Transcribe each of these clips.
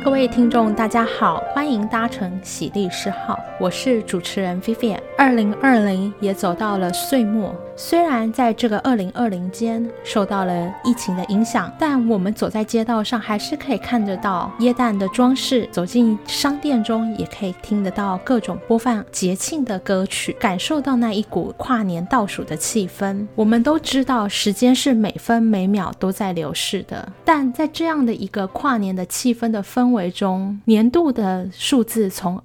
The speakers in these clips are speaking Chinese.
各位听众大家好，欢迎搭乘喜力士号，我是主持人 Vivian。 2020也走到了岁末，虽然在这个2020间受到了疫情的影响，但我们走在街道上还是可以看得到耶诞的装饰，走进商店中也可以听得到各种播放节庆的歌曲，感受到那一股跨年倒数的气氛。我们都知道时间是每分每秒都在流逝的，但在这样的一个跨年的气氛的氛围中，年度的数字从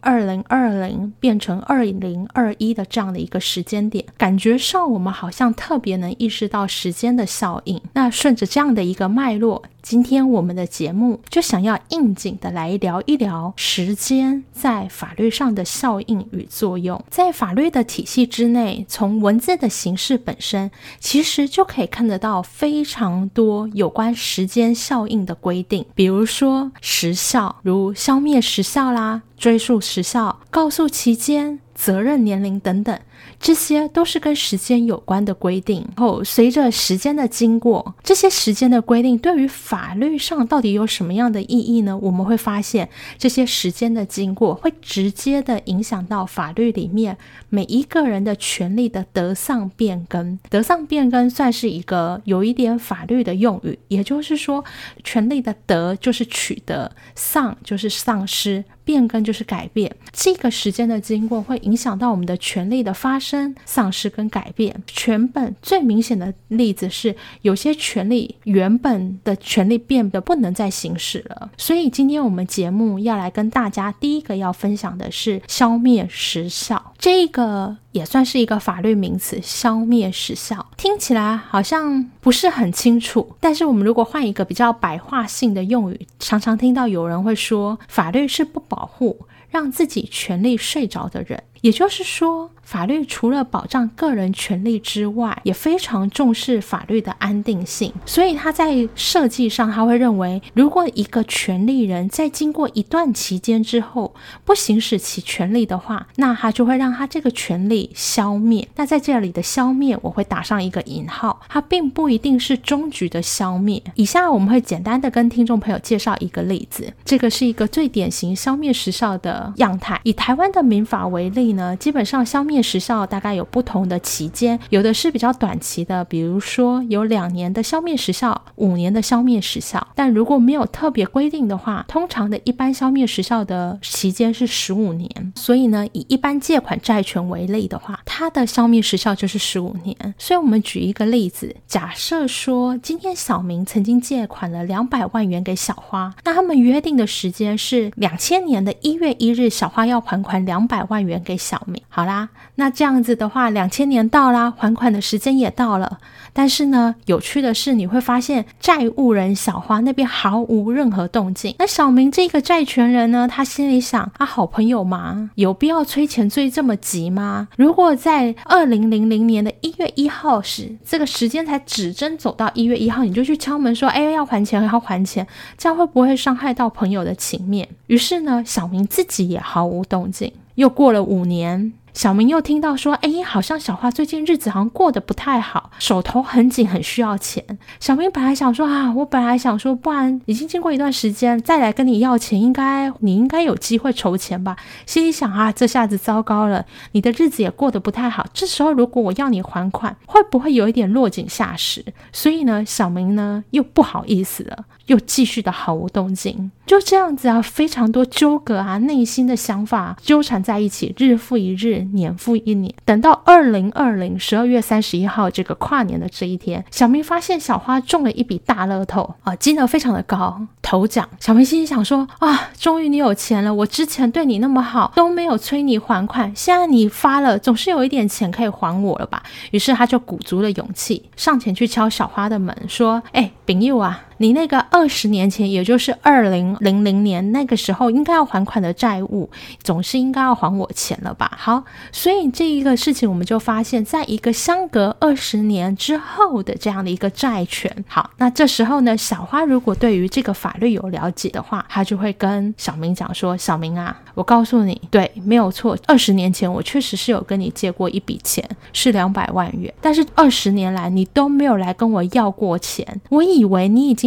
2020变成2021的这样的一个时间点，感觉上我们好像特别能意识到时间的效应。那顺着这样的一个脉络，今天我们的节目就想要应景的来聊一聊时间在法律上的效应与作用。在法律的体系之内，从文字的形式本身其实就可以看得到非常多有关时间效应的规定，比如说时效，如消灭时效啦、追溯时效、告诉期间、责任年龄等等，这些都是跟时间有关的规定。后随着时间的经过，这些时间的规定对于法律上到底有什么样的意义呢？我们会发现这些时间的经过会直接的影响到法律里面每一个人的权利的得丧变更。得丧变更算是一个有一点法律的用语，也就是说权利的得就是取得，丧就是丧失，变更就是改变。这个时间的经过会影响到我们的权利的发生、丧失跟改变。原本最明显的例子是有些权利原本的权利变得不能再行使了，所以今天我们节目要来跟大家第一个要分享的是消灭时效。这个也算是一个法律名词，消灭时效听起来好像不是很清楚，但是我们如果换一个比较白话性的用语，常常听到有人会说法律是不保护让自己权利睡着的人。也就是说，法律除了保障个人权利之外，也非常重视法律的安定性。所以他在设计上，他会认为如果一个权利人在经过一段期间之后不行使其权利的话，那他就会让他这个权利消灭。那在这里的消灭我会打上一个引号，它并不一定是终局的消灭。以下我们会简单的跟听众朋友介绍一个例子，这个是一个最典型消灭时效的样态。以台湾的民法为例呢，基本上消灭时效大概有不同的期间，有的是比较短期的，比如说有2年的消灭时效、5年的消灭时效。但如果没有特别规定的话，通常的一般消灭时效的期间是15年。所以呢，以一般借款债权为例的话，它的消灭时效就是15年。所以我们举一个例子，假设说今天小明曾经借款了200万元给小花，那他们约定的时间是2000年的1月1日，小花要还款200万元给小明。好啦，那这样子的话2000年到啦，还款的时间也到了，但是呢，有趣的是你会发现债务人小花那边毫无任何动静。那小明这个债权人呢，他心里想啊，好朋友嘛，有必要催钱催这么急吗？如果在2000年的1月1号时，这个时间才指针走到1月1号，你就去敲门说要还钱要还钱，这样会不会伤害到朋友的情面？于是呢，小明自己也毫无动静。又过了5年，小明又听到说好像小花最近日子好像过得不太好，手头很紧，很需要钱。小明本来想说我本来想说不然已经经过一段时间再来跟你要钱，你应该有机会筹钱吧。心里想这下子糟糕了，你的日子也过得不太好，这时候如果我要你还款，会不会有一点落井下石？所以呢，小明呢又不好意思了，又继续的毫无动静。就这样子非常多纠葛内心的想法纠缠在一起，日复一日，年复一年。等到2020 12月31号这个跨年的这一天，小明发现小花中了一笔大乐透金额非常的高，头奖。小明心里想说终于你有钱了，我之前对你那么好都没有催你还款，现在你发了，总是有一点钱可以还我了吧。于是他就鼓足了勇气上前去敲小花的门，说朋友啊，你那个20年前，也就是2000年那个时候应该要还款的债务，总是应该要还我钱了吧。好，所以这一个事情我们就发现，在一个相隔20年之后的这样的一个债权。好，那这时候呢，小花如果对于这个法律有了解的话，他就会跟小明讲说，小明啊，我告诉你，对，没有错，20年前我确实是有跟你借过一笔钱，是200万元，但是20年来你都没有来跟我要过钱，我以为你已经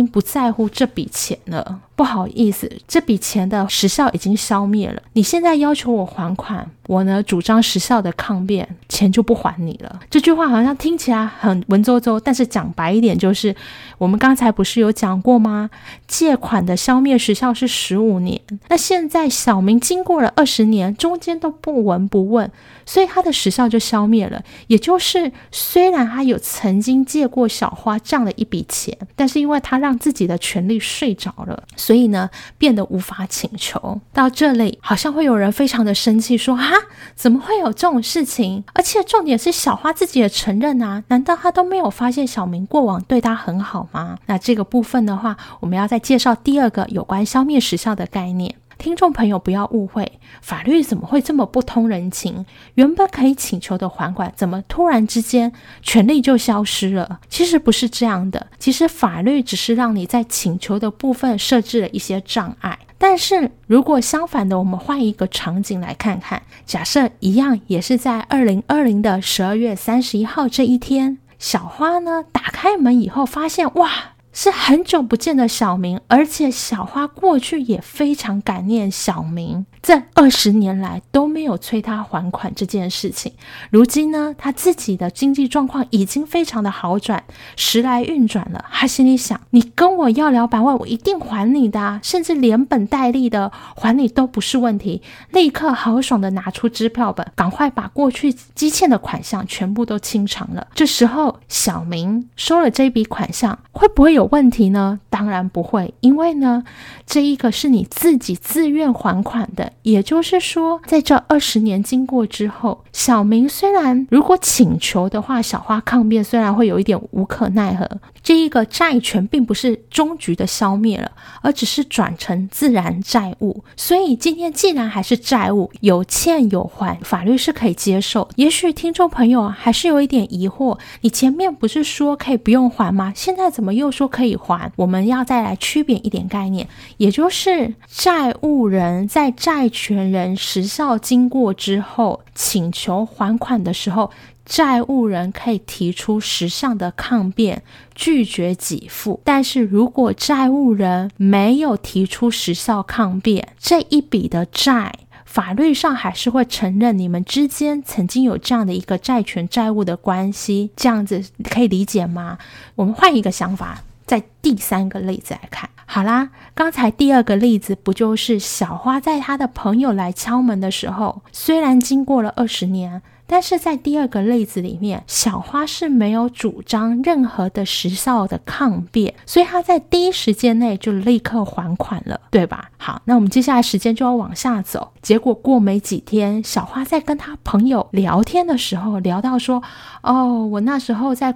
经不在乎这笔钱了，不好意思，这笔钱的时效已经消灭了，你现在要求我还款，我呢主张时效的抗辩，钱就不还你了。这句话好像听起来很文绉绉，但是讲白一点就是我们刚才不是有讲过吗？借款的消灭时效是15年，那现在小明经过了20年，中间都不闻不问，所以他的时效就消灭了。也就是虽然他有曾经借过小花这样的一笔钱，但是因为他让自己的权利睡着了，所以呢变得无法请求。到这里好像会有人非常的生气说，哈，怎么会有这种事情？而且重点是小花自己也承认啊，难道他都没有发现小明过往对他很好吗？那这个部分的话，我们要再介绍第二个有关消灭时效的概念。听众朋友不要误会，法律怎么会这么不通人情？原本可以请求的还款，怎么突然之间权利就消失了？其实不是这样的，其实法律只是让你在请求的部分设置了一些障碍。但是如果相反的，我们换一个场景来看看，假设一样也是在2020的12月31号这一天，小花呢打开门以后发现，哇，是很久不见的小明，而且小花过去也非常感念小明，这20年来都没有催他还款这件事情。如今呢，他自己的经济状况已经非常的好转，时来运转了，他心里想，你跟我要200万，我一定还你的啊，甚至连本带利的还你都不是问题。立刻豪爽的拿出支票本，赶快把过去积欠的款项全部都清偿了。这时候小明收了这笔款项，会不会有问题呢？当然不会，因为呢，这一个是你自己自愿还款的。也就是说，在这20年经过之后，小明虽然如果请求的话，小花抗辩虽然会有一点无可奈何，这一个债权并不是终局的消灭了，而只是转成自然债务。所以今天既然还是债务，有欠有还，法律是可以接受。也许听众朋友还是有一点疑惑，你前面不是说可以不用还吗？现在怎么又说可以还？我们要再来区别一点概念，也就是债务人在债权人时效经过之后请求还款的时候，债务人可以提出时效的抗辩，拒绝给付。但是如果债务人没有提出时效抗辩，这一笔的债法律上还是会承认你们之间曾经有这样的一个债权债务的关系。这样子可以理解吗？我们换一个想法，在第3个例子来看。好啦，刚才第2个例子不就是小花在她的朋友来敲门的时候，虽然经过了20年，但是在第2个例子里面，小花是没有主张任何的时效的抗辩，所以她在第一时间内就立刻还款了，对吧？好，那我们接下来时间就要往下走。结果过没几天，小花在跟她朋友聊天的时候，聊到说，我那时候在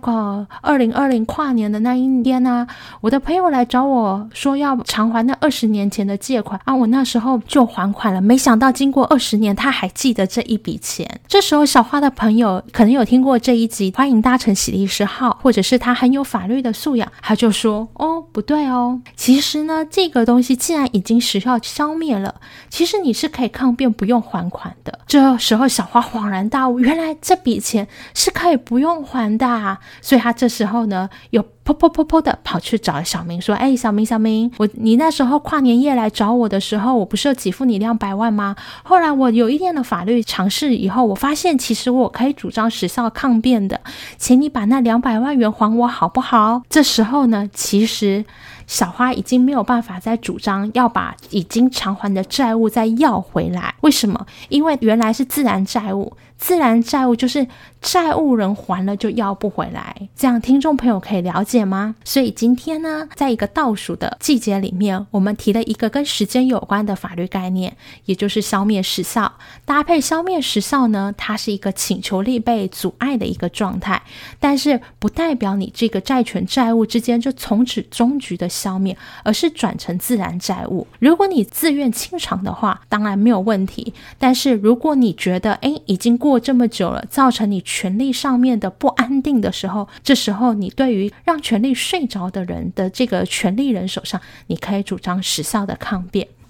2020跨年的那一天啊，我的朋友来找我说要偿还那20年前的借款啊，我那时候就还款了，没想到经过20年他还记得这一笔钱。这时候小花的朋友可能有听过这一集欢迎搭乘喜律师号，或者是他很有法律的素养，他就说，不对哦，其实呢这个东西既然已经时效消灭了，其实你是可以抗辩不用还款的。这时候小花恍然大悟，原来这笔钱是可以不用还的啊。所以他这时候呢又噗的跑去找小明说，小明，你那时候跨年夜来找我的时候，我不是有给付你200万吗？后来我有一点的法律尝试以后，我发现其实我可以主张时效抗辩的，请你把那200万元还我好不好？这时候呢，其实小花已经没有办法再主张要把已经偿还的债务再要回来。为什么？因为原来是自然债务，自然债务就是债务人还了就要不回来，这样听众朋友可以了解吗？所以今天呢，在一个倒数的季节里面，我们提了一个跟时间有关的法律概念，也就是消灭时效。搭配消灭时效呢，它是一个请求力被阻碍的一个状态，但是不代表你这个债权债务之间就从此终局的消灭，而是转成自然债务。如果你自愿清偿的话，当然没有问题，但是如果你觉得已经过这么久了，造成你权利上面的不安定的时候，这时候你对于让权利睡着的人的这个权利人手上，你可以主张时效的抗辩。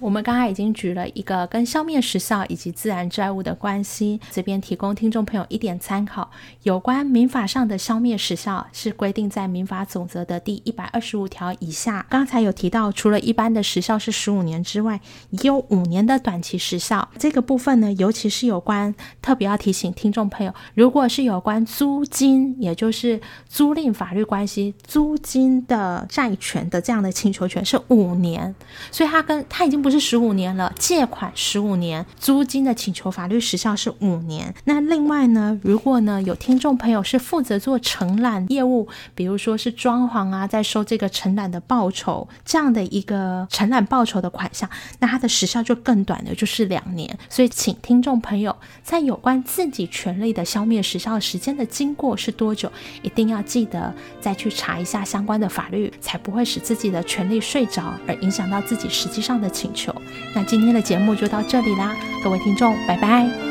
我们刚才已经举了一个跟消灭时效以及自然债务的关系，这边提供听众朋友一点参考。有关民法上的消灭时效是规定在民法总则的第125条以下。刚才有提到，除了一般的时效是15年之外，也有5年的短期时效。这个部分呢，尤其是有关，特别要提醒听众朋友，如果是有关租金，也就是租赁法律关系租金的债权的这样的请求权是5年，所以它已经不是15年了，借款15年，租金的请求法律时效是5年。那另外呢，如果呢有听众朋友是负责做承揽业务，比如说是装潢啊，在收这个承揽的报酬，这样的一个承揽报酬的款项，那它的时效就更短的，就是2年。所以请听众朋友在有关自己权利的消灭时效时间的经过是多久，一定要记得再去查一下相关的法律，才不会使自己的权利睡着而影响到自己实际上的请求。那今天的节目就到这里啦，各位听众，拜拜。